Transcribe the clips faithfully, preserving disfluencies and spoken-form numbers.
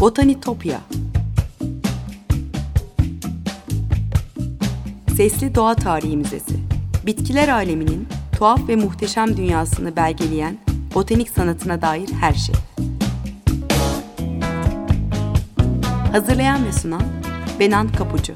Botanitopya. Sesli Doğa Tarihi Müzesi. Bitkiler aleminin tuhaf ve muhteşem dünyasını belgeleyen botanik sanatına dair her şey. Hazırlayan ve sunan Benan Kapucu.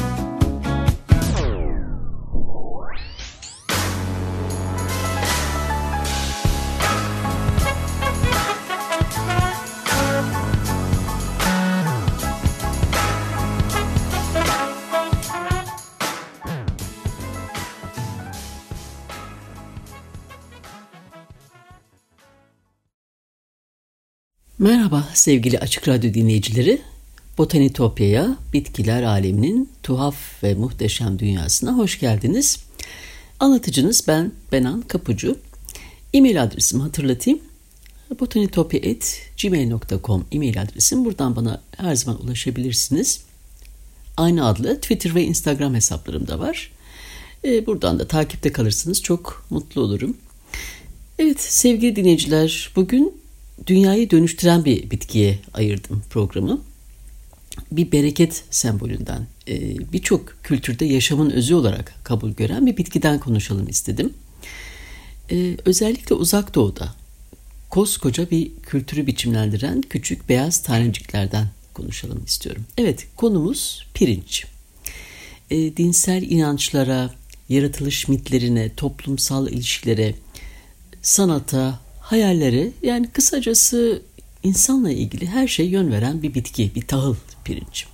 Merhaba sevgili Açık Radyo dinleyicileri. Botanitopya'ya, bitkiler aleminin tuhaf ve muhteşem dünyasına hoş geldiniz. Anlatıcınız ben Benan Kapucu. E-mail adresimi hatırlatayım. botanitopya at gmail nokta com e-mail adresim. Buradan bana her zaman ulaşabilirsiniz. Aynı adlı Twitter ve Instagram hesaplarım da var. Buradan da takipte kalırsanız çok mutlu olurum. Evet sevgili dinleyiciler, bugün dünyayı dönüştüren bir bitkiye ayırdım programı. Bir bereket sembolünden, birçok kültürde yaşamın özü olarak kabul gören bir bitkiden konuşalım istedim. Özellikle Uzak Doğu'da koskoca bir kültürü biçimlendiren küçük beyaz taneciklerden konuşalım istiyorum. Evet, konumuz pirinç. Dinsel inançlara, yaratılış mitlerine, toplumsal ilişkilere, sanata, hayalleri, yani kısacası insanla ilgili her şey yön veren bir bitki, bir tahıl pirinç.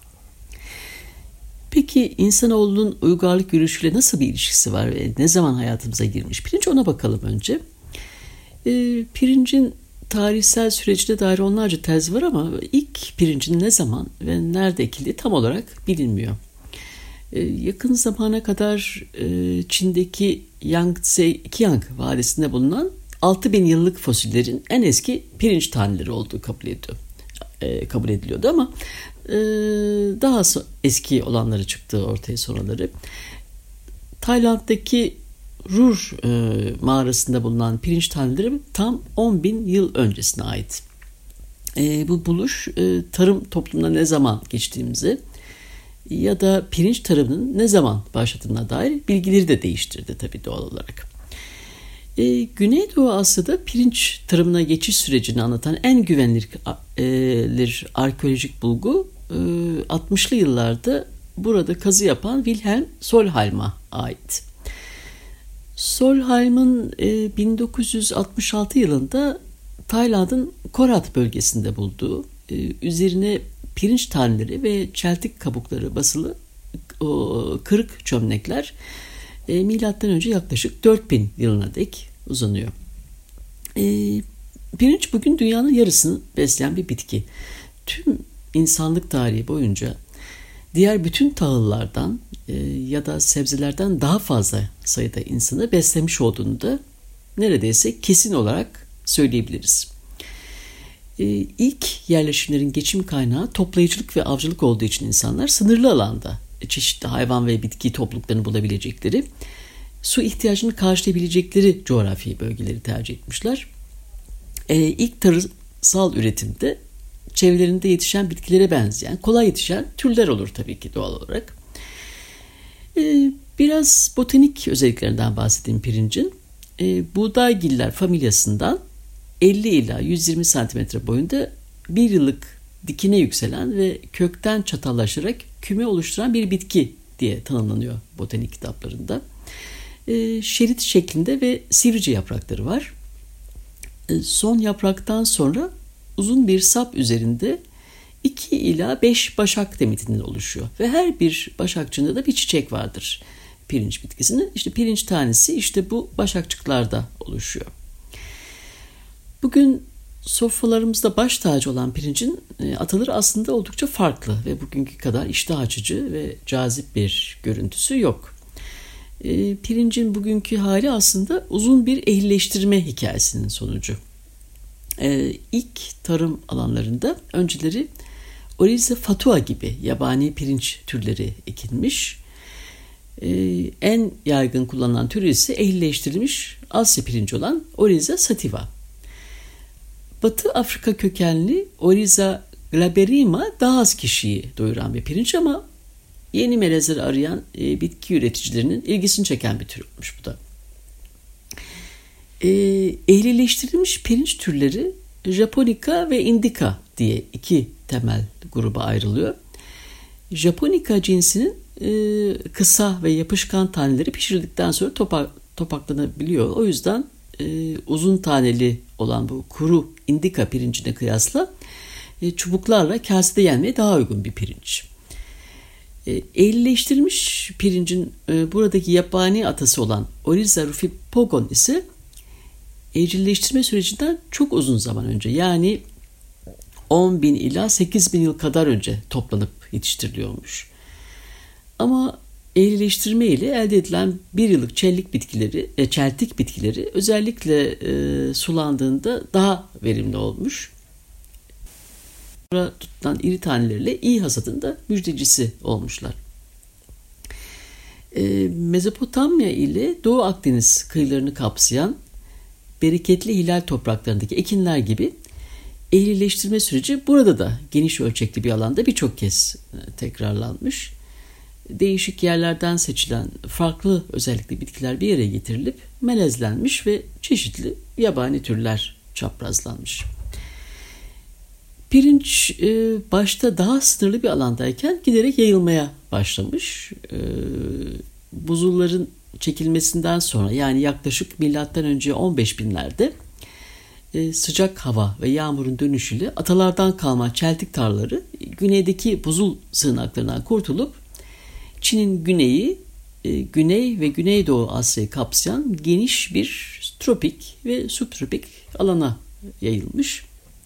Peki insanoğlunun uygarlık yürüyüşüyle nasıl bir ilişkisi var ve ne zaman hayatımıza girmiş pirinç, ona bakalım önce. E, pirincin tarihsel sürecine dair onlarca tez var ama ilk pirincin ne zaman ve nerede ekildiği tam olarak bilinmiyor. E, yakın zamana kadar e, Çin'deki Yangtze-Kiang Vadisi'nde bulunan altı bin yıllık fosillerin en eski pirinç taneleri olduğu kabul ediliyor. E, kabul ediliyordu ama e, daha so- eski olanları çıktı ortaya sonraları. Tayland'daki Rur e, mağarasında bulunan pirinç taneleri tam on bin yıl öncesine ait. E, bu buluş e, tarım toplumuna ne zaman geçtiğimizi ya da pirinç tarımının ne zaman başladığına dair bilgileri de değiştirdi tabii doğal olarak. Ee, Güneydoğu Asya'da pirinç tarımına geçiş sürecini anlatan en güvenilir e, arkeolojik bulgu e, altmışlı yıllarda burada kazı yapan Wilhelm Solheim'a ait. Solheim'ın e, bin dokuz yüz altmış altı yılında Tayland'ın Korat bölgesinde bulduğu e, üzerine pirinç taneleri ve çeltik kabukları basılı o, kırık çömlekler E, milattan önce yaklaşık dört bin yılına dek uzanıyor. E, pirinç bugün dünyanın yarısını besleyen bir bitki. Tüm insanlık tarihi boyunca diğer bütün tahıllardan e, ya da sebzelerden daha fazla sayıda insanı beslemiş olduğunu da neredeyse kesin olarak söyleyebiliriz. E, ilk yerleşimlerin geçim kaynağı toplayıcılık ve avcılık olduğu için insanlar sınırlı alanda çeşitli hayvan ve bitki topluluklarını bulabilecekleri, su ihtiyacını karşılayabilecekleri coğrafi bölgeleri tercih etmişler. Ee, ilk tarımsal üretimde çevrelerinde yetişen bitkilere benzeyen, kolay yetişen türler olur tabii ki doğal olarak. Ee, biraz botanik özelliklerinden bahsedeyim pirincin. Ee, buğdaygiller familyasından elli ila yüz yirmi santimetre boyunda bir yıllık dikine yükselen ve kökten çatallaşarak küme oluşturan bir bitki diye tanımlanıyor botanik kitaplarında. E, şerit şeklinde ve sivrice yaprakları var. E, son yapraktan sonra uzun bir sap üzerinde iki ila beş başak demetinden oluşuyor. Ve her bir başakçığında da bir çiçek vardır pirinç bitkisinin. İşte pirinç tanesi işte bu başakçıklarda oluşuyor. Bugün sofralarımızda baş tacı olan pirincin ataları aslında oldukça farklı ve bugünkü kadar iştah açıcı ve cazip bir görüntüsü yok. E, pirincin bugünkü hali aslında uzun bir ehlileştirme hikayesinin sonucu. E, ilk tarım alanlarında önceleri Oryza fatua gibi yabani pirinç türleri ekilmiş. E, en yaygın kullanılan türü ise ehlileştirilmiş Asya pirinci olan Oryza sativa. Batı Afrika kökenli Oryza Glaberrima daha az kişiyi doyuran bir pirinç ama yeni melezleri arayan e, bitki üreticilerinin ilgisini çeken bir tür olmuş bu da. E, ehlileştirilmiş pirinç türleri Japonica ve Indica diye iki temel gruba ayrılıyor. Japonica cinsinin e, kısa ve yapışkan taneleri pişirildikten sonra topa, topaklanabiliyor. O yüzden e, uzun taneli olan bu kuru Indica pirincine kıyasla e, çubuklarla kasede yenmeye daha uygun bir pirinç. E, ehlileştirilmiş pirincin e, buradaki yabani atası olan Oryza rufipogon ise evcilleştirme sürecinden çok uzun zaman önce, yani on bin ila sekiz bin yıl kadar önce toplanıp yetiştiriliyormuş. Ama ehlileştirme ile elde edilen bir yıllık çellik bitkileri, e, çeltik bitkileri özellikle e, sulandığında daha verimli olmuş. Sonra tutulan iri taneleriyle iyi hasadın da müjdecisi olmuşlar. E, Mezopotamya ile Doğu Akdeniz kıyılarını kapsayan bereketli hilal topraklarındaki ekinler gibi ehlileştirme süreci burada da geniş ölçekli bir alanda birçok kez tekrarlanmış. Değişik yerlerden seçilen farklı özellikli bitkiler bir yere getirilip melezlenmiş ve çeşitli yabani türler çaprazlanmış. Pirinç başta daha sınırlı bir alandayken giderek yayılmaya başlamış. Buzulların çekilmesinden sonra, yani yaklaşık milattan önce on beş binlerde sıcak hava ve yağmurun dönüşüyle atalardan kalma çeltik tarlaları güneydeki buzul sığınaklarından kurtulup Çin'in güneyi, güney ve güneydoğu Asya'yı kapsayan geniş bir tropik ve subtropik alana yayılmış.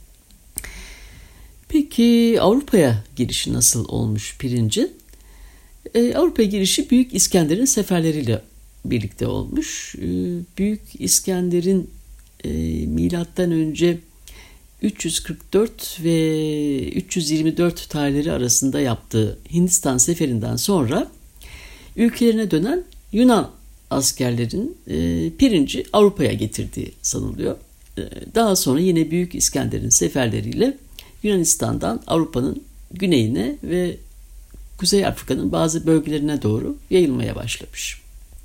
Peki Avrupa'ya girişi nasıl olmuş pirincin? Avrupa'ya girişi Büyük İskender'in seferleriyle birlikte olmuş. Büyük İskender'in milattan önce üç yüz kırk dört ve üç yüz yirmi dört tarihleri arasında yaptığı Hindistan seferinden sonra ülkelerine dönen Yunan askerlerin pirinci Avrupa'ya getirdiği sanılıyor. Daha sonra yine Büyük İskender'in seferleriyle Yunanistan'dan Avrupa'nın güneyine ve Kuzey Afrika'nın bazı bölgelerine doğru yayılmaya başlamış.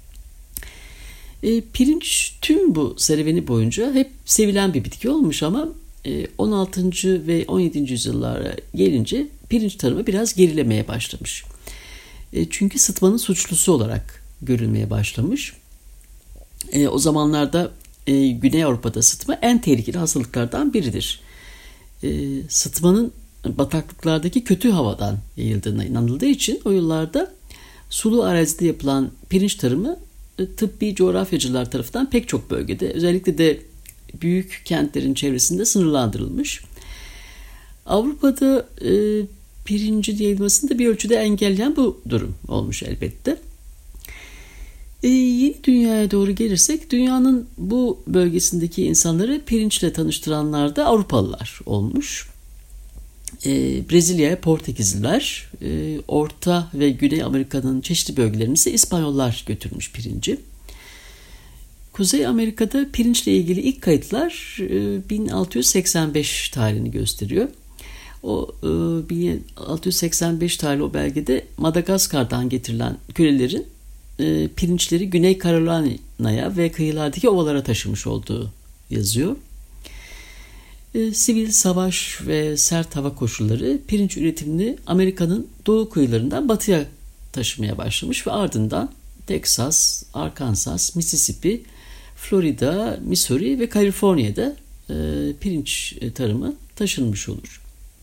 E, pirinç tüm bu serüveni boyunca hep sevilen bir bitki olmuş ama e, on altıncı ve on yedinci yüzyıllara gelince pirinç tarımı biraz gerilemeye başlamış. E, çünkü sıtmanın suçlusu olarak görülmeye başlamış. E, o zamanlarda e, Güney Avrupa'da sıtma en tehlikeli hastalıklardan biridir. E, sıtmanın bataklıklardaki kötü havadan yayıldığına inanıldığı için o yıllarda sulu arazide yapılan pirinç tarımı tıbbi coğrafyacılar tarafından pek çok bölgede, özellikle de büyük kentlerin çevresinde sınırlandırılmış. Avrupa'da e, pirincin yayılmasını da bir ölçüde engelleyen bu durum olmuş elbette. E, yeni dünyaya doğru gelirsek, dünyanın bu bölgesindeki insanları pirinçle tanıştıranlar da Avrupalılar olmuş. E, Brezilya'ya Portekizliler, e, Orta ve Güney Amerika'nın çeşitli bölgelerine ise İspanyollar götürmüş pirinci. Kuzey Amerika'da pirinçle ilgili ilk kayıtlar e, bin altı yüz seksen beş tarihini gösteriyor. O e, bin altı yüz seksen beş tarihli o belgede Madagaskar'dan getirilen kölelerin e, pirinçleri Güney Carolina'ya ve kıyılardaki ovalara taşımış olduğu yazıyor. E, sivil savaş ve sert hava koşulları pirinç üretimini Amerika'nın doğu kıyılarından batıya taşımaya başlamış ve ardından Texas, Arkansas, Mississippi, Florida, Missouri ve Kaliforniya'da e, pirinç tarımı taşınmış olur.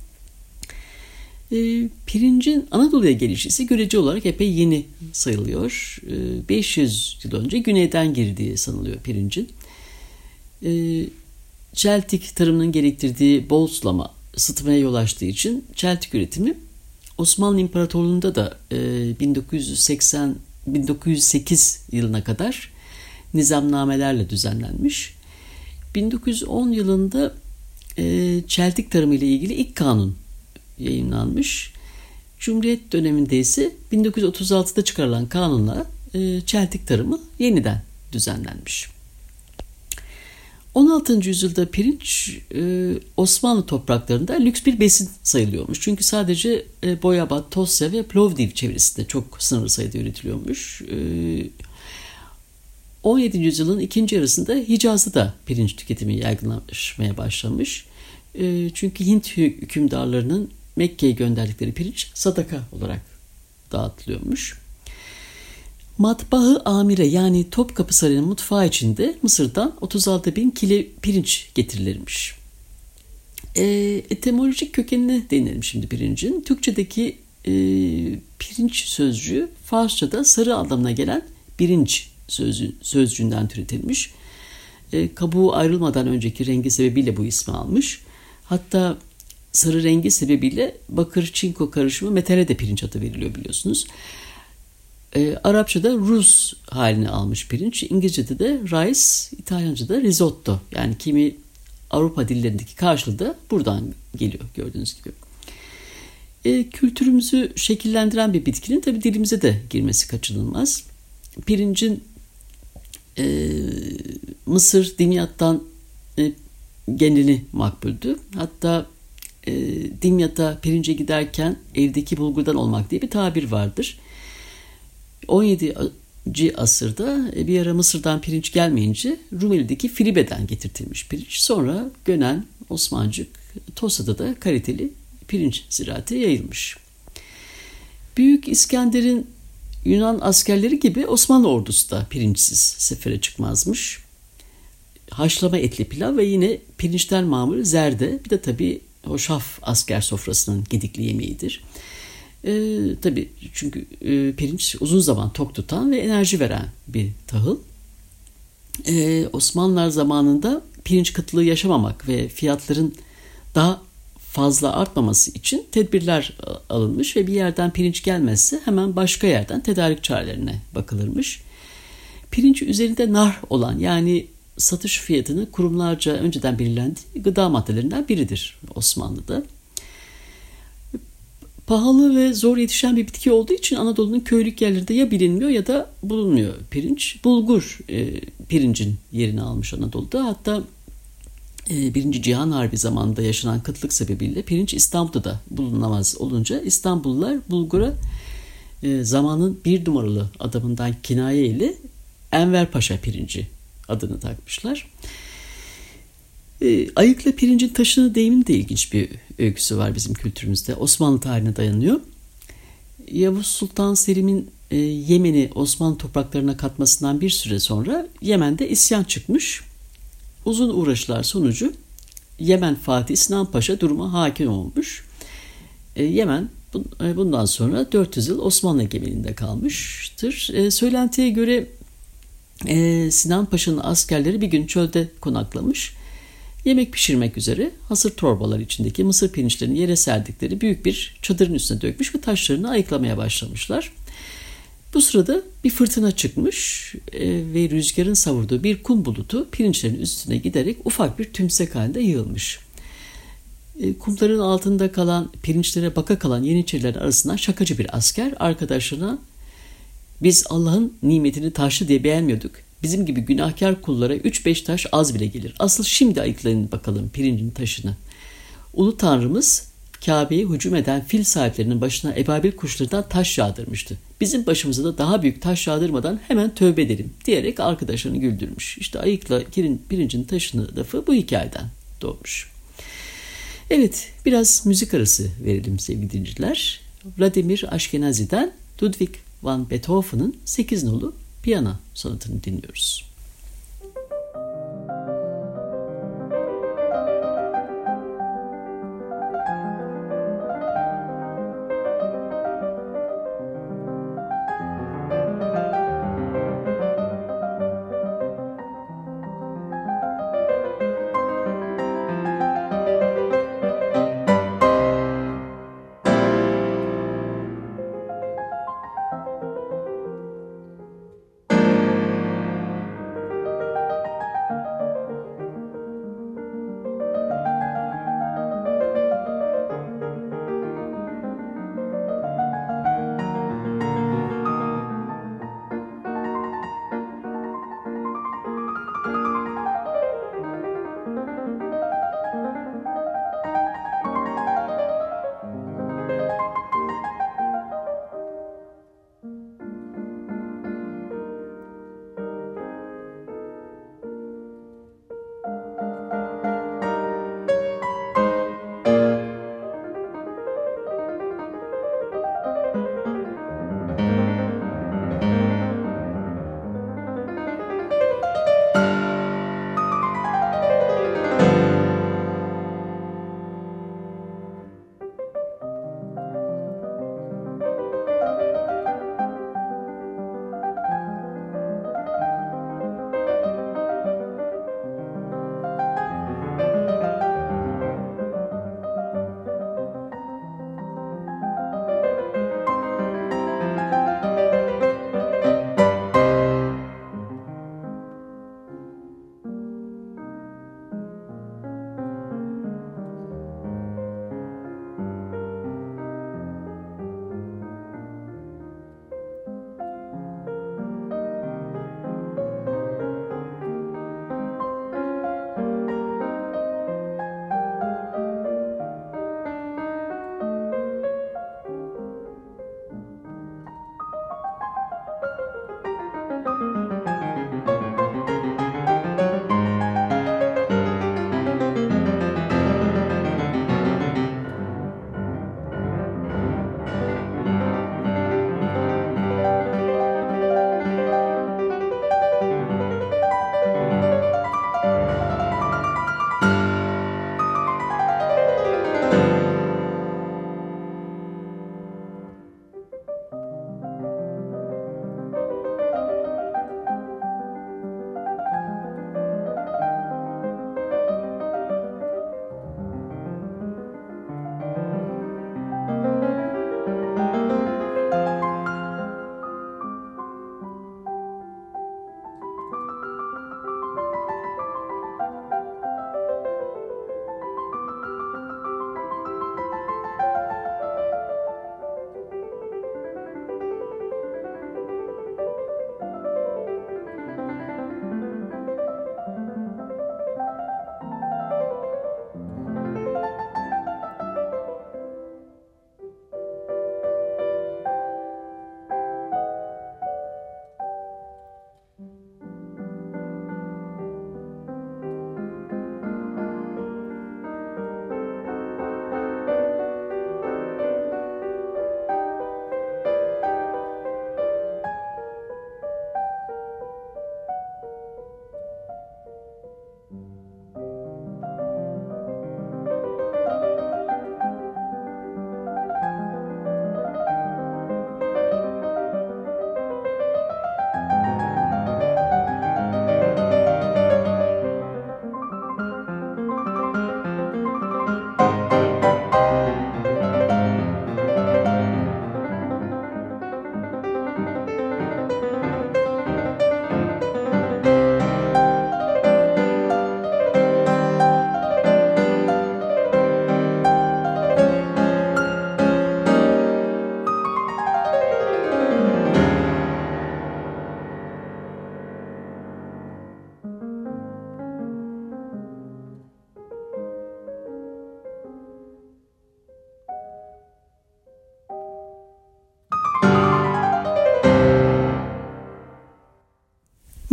E, pirincin Anadolu'ya gelişi ise görece olarak epey yeni sayılıyor. E, beş yüz yıl önce güneyden girdiği sanılıyor pirincin. E, Çeltik tarımının gerektirdiği bol sulama, sıtmaya yol açtığı için çeltik üretimi Osmanlı İmparatorluğu'nda da e, bin dokuz yüz seksen bin dokuz yüz sekiz yılına kadar nizamnamelerle düzenlenmiş. bin dokuz yüz on yılında e, çeltik tarımı ile ilgili ilk kanun yayınlanmış. Cumhuriyet döneminde ise bin dokuz yüz otuz altıda çıkarılan kanunla e, çeltik tarımı yeniden düzenlenmiş. on altıncı yüzyılda pirinç e, Osmanlı topraklarında lüks bir besin sayılıyormuş. Çünkü sadece e, Boyabat, Tosya ve Plovdiv çevresinde çok sınırlı sayıda üretiliyormuş. E, on yedinci yüzyılın ikinci yarısında Hicaz'da da pirinç tüketimi yaygınlaşmaya başlamış. E, çünkü Hint hükümdarlarının Mekke'ye gönderdikleri pirinç sadaka olarak dağıtılıyormuş. Matbaa-ı Amire yani Topkapı Sarayı'nın mutfağı içinde Mısır'dan otuz altı bin kilo pirinç getirilirmiş. E, etimolojik kökenine değinelim şimdi pirincin. Türkçedeki e, pirinç sözcüğü Farsça'da sarı anlamına gelen birinç sözcü, sözcüğünden türetilmiş. E, kabuğu ayrılmadan önceki rengi sebebiyle bu ismi almış. Hatta sarı rengi sebebiyle bakır çinko karışımı metale de pirinç adı veriliyor biliyorsunuz. E, Arapçada Rus halini almış pirinç. İngilizce'de de rice, İtalyanca'da risotto. Yani kimi Avrupa dillerindeki karşılığı da buradan geliyor gördüğünüz gibi. E, kültürümüzü şekillendiren bir bitkinin tabii dilimize de girmesi kaçınılmaz. Pirincin e, Mısır, Dimyat'tan e, geneli makbuldü. Hatta e, Dimyat'a pirince giderken evdeki bulgurdan olmak diye bir tabir vardır. on yedinci asırda bir ara Mısır'dan pirinç gelmeyince Rumeli'deki Filibe'den getirtilmiş pirinç. Sonra Gönen, Osmancık, Tosya'da da kaliteli pirinç ziraatı yayılmış. Büyük İskender'in Yunan askerleri gibi Osmanlı ordusu da pirinçsiz sefere çıkmazmış. Haşlama etli pilav ve yine pirinçten mamul zerde, bir de tabii hoşaf asker sofrasının gedikli yemeğidir. Ee, tabii çünkü e, pirinç uzun zaman tok tutan ve enerji veren bir tahıl. Ee, Osmanlılar zamanında pirinç kıtlığı yaşamamak ve fiyatların daha fazla artmaması için tedbirler alınmış ve bir yerden pirinç gelmezse hemen başka yerden tedarik çarelerine bakılırmış. Pirinç üzerinde nar olan yani satış fiyatını kurumlarca önceden belirlendiği gıda maddelerinden biridir Osmanlı'da. Pahalı ve zor yetişen bir bitki olduğu için Anadolu'nun köylük yerlerinde ya bilinmiyor ya da bulunmuyor pirinç. Bulgur e, pirincin yerini almış Anadolu'da. Hatta e, Birinci Cihan Harbi zamanında yaşanan kıtlık sebebiyle pirinç İstanbul'da da bulunamaz olunca İstanbullular bulgura e, zamanın bir numaralı adamından kinaye ile Enver Paşa pirinci adını takmışlar. E, ayıkla pirincin taşını deyiminin de ilginç bir öyküsü var bizim kültürümüzde. Osmanlı tarihine dayanıyor. Yavuz Sultan Selim'in e, Yemen'i Osmanlı topraklarına katmasından bir süre sonra Yemen'de isyan çıkmış. Uzun uğraşlar sonucu Yemen Fatih Sinan Paşa duruma hakim olmuş. E, Yemen bu, e, bundan sonra dört yüz yıl Osmanlı egemenliğinde kalmıştır. E, söylentiye göre e, Sinan Paşa'nın askerleri bir gün çölde konaklamış. Yemek pişirmek üzere hasır torbalar içindeki mısır pirinçlerini yere serdikleri büyük bir çadırın üstüne dökmüş ve taşlarını ayıklamaya başlamışlar. Bu sırada bir fırtına çıkmış e, ve rüzgarın savurduğu bir kum bulutu pirinçlerin üstüne giderek ufak bir tümsek halinde yığılmış. E, kumların altında kalan pirinçlere baka kalan Yeniçerilerin arasından şakacı bir asker arkadaşlarına "Biz Allah'ın nimetini taşlı diye beğenmiyorduk. Bizim gibi günahkar kullara üç beş taş az bile gelir. Asıl şimdi ayıklayın bakalım pirincin taşını. Ulu Tanrımız Kabe'ye hücum eden fil sahiplerinin başına ebabil kuşlarından taş yağdırmıştı. Bizim başımıza da daha büyük taş yağdırmadan hemen tövbe edelim" diyerek arkadaşlarını güldürmüş. İşte ayıkla pirincin taşını lafı bu hikayeden doğmuş. Evet, biraz müzik arası verelim sevgili dinleyiciler. Vladimir Ashkenazy'den Ludwig van Beethoven'ın sekiz nolu piyano sonatını dinliyoruz.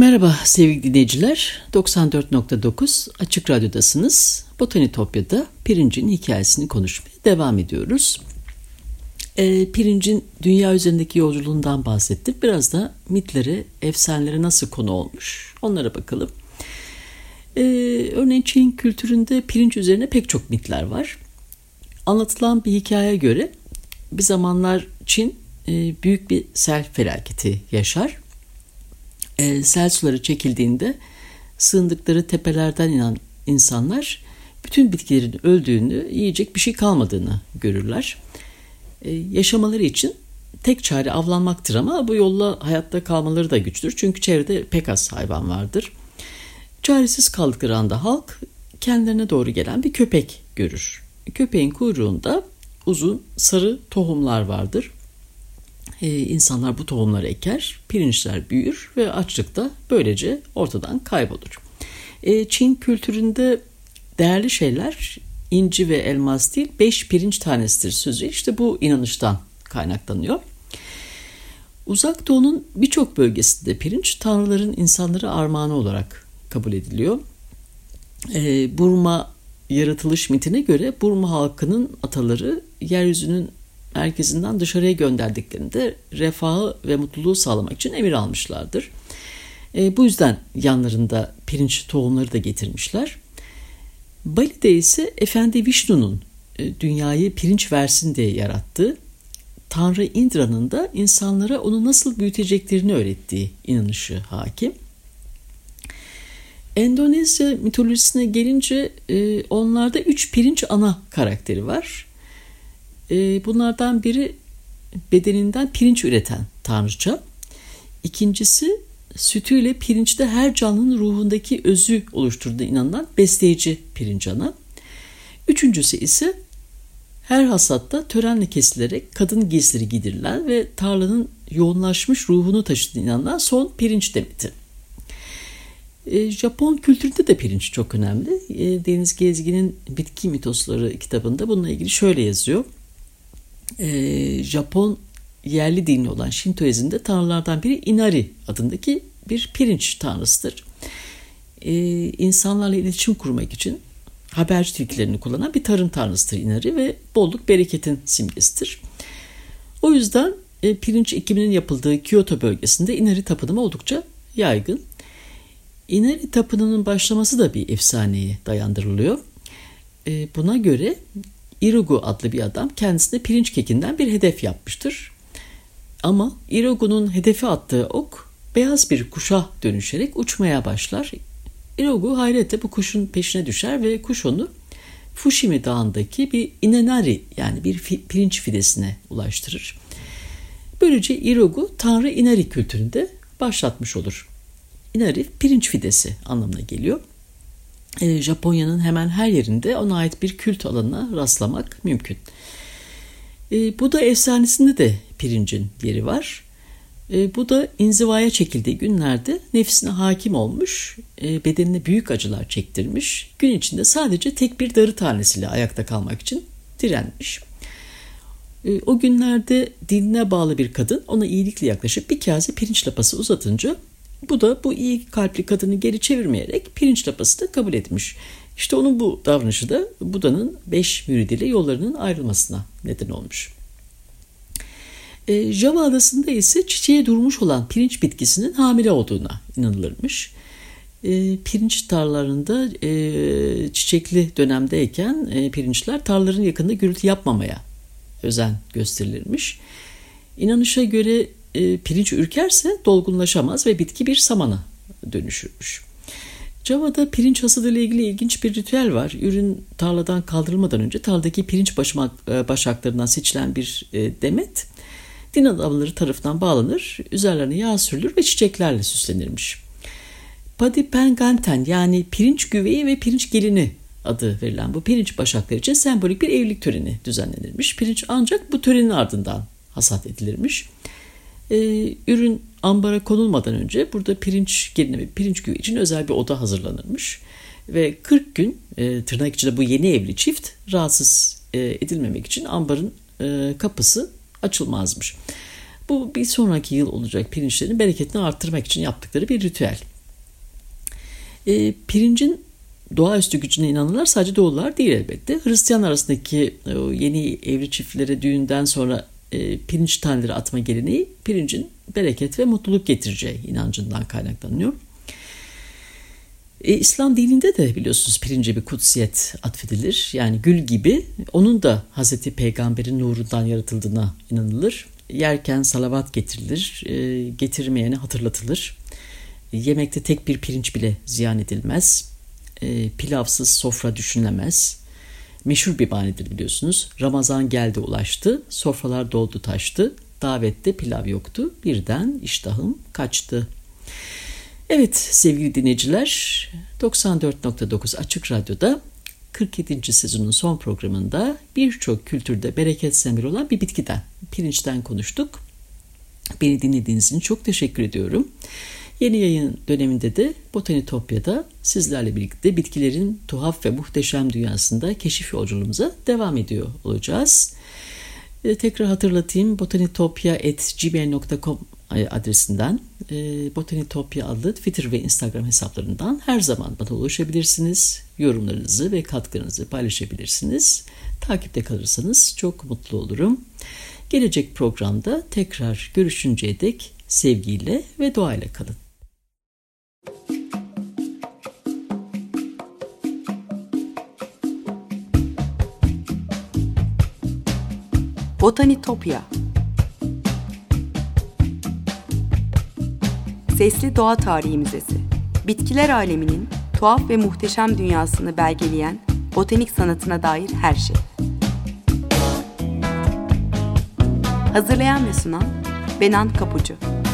Merhaba sevgili dinleyiciler, doksan dört nokta dokuz Açık Radyo'dasınız. Botanitopya'da pirincin hikayesini konuşmaya devam ediyoruz. E, pirincin dünya üzerindeki yolculuğundan bahsettim. Biraz da mitlere, efsanelere nasıl konu olmuş onlara bakalım. E, örneğin Çin kültüründe pirinç üzerine pek çok mitler var. Anlatılan bir hikayeye göre bir zamanlar Çin e, büyük bir sel felaketi yaşar. E, sel suları çekildiğinde sığındıkları tepelerden inen insanlar bütün bitkilerin öldüğünü, yiyecek bir şey kalmadığını görürler. E, yaşamaları için tek çare avlanmaktır ama bu yolla hayatta kalmaları da güçtür. Çünkü çevrede pek az hayvan vardır. Çaresiz kaldıkları anda halk kendilerine doğru gelen bir köpek görür. Köpeğin kuyruğunda uzun sarı tohumlar vardır. Ee, insanlar bu tohumları eker, pirinçler büyür ve açlıkta böylece ortadan kaybolur. Ee, Çin kültüründe değerli şeyler inci ve elmas değil, beş pirinç tanesidir sözü işte bu inanıştan kaynaklanıyor. Uzak Doğu'nun birçok bölgesinde pirinç tanrıların insanlara armağanı olarak kabul ediliyor. Ee, Burma yaratılış mitine göre Burma halkının ataları yeryüzünün merkezinden dışarıya gönderdiklerinde refahı ve mutluluğu sağlamak için emir almışlardır. E, bu yüzden yanlarında pirinç tohumları da getirmişler. Bali'de ise Efendi Vishnu'nun e, dünyayı pirinç versin diye yarattığı, Tanrı Indra'nın da insanlara onu nasıl büyüteceklerini öğrettiği inanışı hakim. Endonezya mitolojisine gelince e, onlarda üç pirinç ana karakteri var. Bunlardan biri bedeninden pirinç üreten tanrıça. İkincisi sütüyle pirinçte her canlının ruhundaki özü oluşturduğuna inanılan besleyici pirinç ana. Üçüncüsü ise her hasatta törenle kesilerek kadın giysileri giydirilen ve tarlanın yoğunlaşmış ruhunu taşıdığına inanılan son pirinç demeti. Japon kültüründe de pirinç çok önemli. Deniz Gezgin'in Bitki Mitosları kitabında bununla ilgili şöyle yazıyor. Ee, Japon yerli dini olan Şintoizm'de tanrılardan biri Inari adındaki bir pirinç tanrısıdır. Ee, insanlarla iletişim kurmak için haberci tilkilerini kullanan bir tarım tanrısıdır Inari ve bolluk bereketin simgesidir. O yüzden e, pirinç ekiminin yapıldığı Kyoto bölgesinde Inari tapınımı oldukça yaygın. Inari tapınımının başlaması da bir efsaneye dayandırılıyor. E, buna göre Irogu adlı bir adam kendisine pirinç kekinden bir hedef yapmıştır. Ama Irogu'nun hedefe attığı ok beyaz bir kuşa dönüşerek uçmaya başlar. Irogu hayretle bu kuşun peşine düşer ve kuş onu Fushimi Dağı'ndaki bir Inenari yani bir fi, pirinç fidesine ulaştırır. Böylece Irogu Tanrı Inari kültüründe başlatmış olur. Inari pirinç fidesi anlamına geliyor. E, Japonya'nın hemen her yerinde ona ait bir kült alanına rastlamak mümkün. E, Buda efsanesinde de pirincin yeri var. E, Buda inzivaya çekildiği günlerde nefsine hakim olmuş, e, bedenine büyük acılar çektirmiş, gün içinde sadece tek bir darı tanesiyle ayakta kalmak için direnmiş. E, o günlerde dinine bağlı bir kadın ona iyilikle yaklaşıp bir kase pirinç lapası uzatınca Buda bu iyi kalpli kadını geri çevirmeyerek pirinç lapası da kabul etmiş. İşte onun bu davranışı da Buda'nın beş müridiyle yollarının ayrılmasına neden olmuş. E, Java adasında ise çiçeğe durmuş olan pirinç bitkisinin hamile olduğuna inanılırmış. E, pirinç tarlalarında e, çiçekli dönemdeyken e, pirinçler tarlaların yakında gürültü yapmamaya özen gösterilirmiş. İnanışa göre e, pirinç ürkerse dolgunlaşamaz ve bitki bir samana dönüşürmüş. Java'da pirinç hasadı ile ilgili ilginç bir ritüel var. Ürün tarladan kaldırılmadan önce tarladaki pirinç başmak, başaklarından seçilen bir e, demet din adamları tarafından bağlanır, üzerlerine yağ sürülür ve çiçeklerle süslenirmiş. Padi Penganten yani pirinç güveyi ve pirinç gelini adı verilen bu pirinç başakları için sembolik bir evlilik töreni düzenlenirmiş. Pirinç ancak bu törenin ardından hasat edilirmiş. Ee, ürün ambara konulmadan önce burada pirinç gelini ve pirinç güveyi için özel bir oda hazırlanırmış. Ve kırk gün e, tırnak içinde bu yeni evli çift rahatsız e, edilmemek için ambarın e, kapısı açılmazmış. Bu bir sonraki yıl olacak pirinçlerin bereketini arttırmak için yaptıkları bir ritüel. E, pirincin doğaüstü gücüne inananlar sadece Doğulular değil elbette. Hristiyan arasındaki o yeni evli çiftlere düğünden sonra e, pirinç taneleri atma geleneği pirincin bereket ve mutluluk getireceği inancından kaynaklanıyor. E, İslam dininde de biliyorsunuz pirince bir kutsiyet atfedilir. Yani gül gibi onun da Hazreti Peygamber'in nurundan yaratıldığına inanılır. Yerken salavat getirilir, e, getirmeyene hatırlatılır. E, yemekte tek bir pirinç bile ziyan edilmez. E, pilavsız sofra düşünülemez. Meşhur bir bahanedir biliyorsunuz. Ramazan geldi ulaştı, sofralar doldu taştı. Davette pilav yoktu, birden iştahım kaçtı. Evet sevgili dinleyiciler, doksan dört nokta dokuz Açık Radyo'da kırk yedinci sezonun son programında birçok kültürde bereket sembolü olan bir bitkiden, pirinçten konuştuk. Beni dinlediğiniz için çok teşekkür ediyorum. Yeni yayın döneminde de Botanitopya'da sizlerle birlikte bitkilerin tuhaf ve muhteşem dünyasında keşif yolculuğumuza devam ediyor olacağız. E, tekrar hatırlatayım, botanitopya at gmail nokta com adresinden, e, Botanitopya adlı Twitter ve Instagram hesaplarından her zaman bana ulaşabilirsiniz. Yorumlarınızı ve katkılarınızı paylaşabilirsiniz. Takipte kalırsanız çok mutlu olurum. Gelecek programda tekrar görüşünceye dek sevgiyle ve doğayla kalın. Botanitopya. Sesli Doğa Tarihi Müzesi. Bitkiler aleminin tuhaf ve muhteşem dünyasını belgeleyen botanik sanatına dair her şey. Hazırlayan ve sunan Benan Kapucu.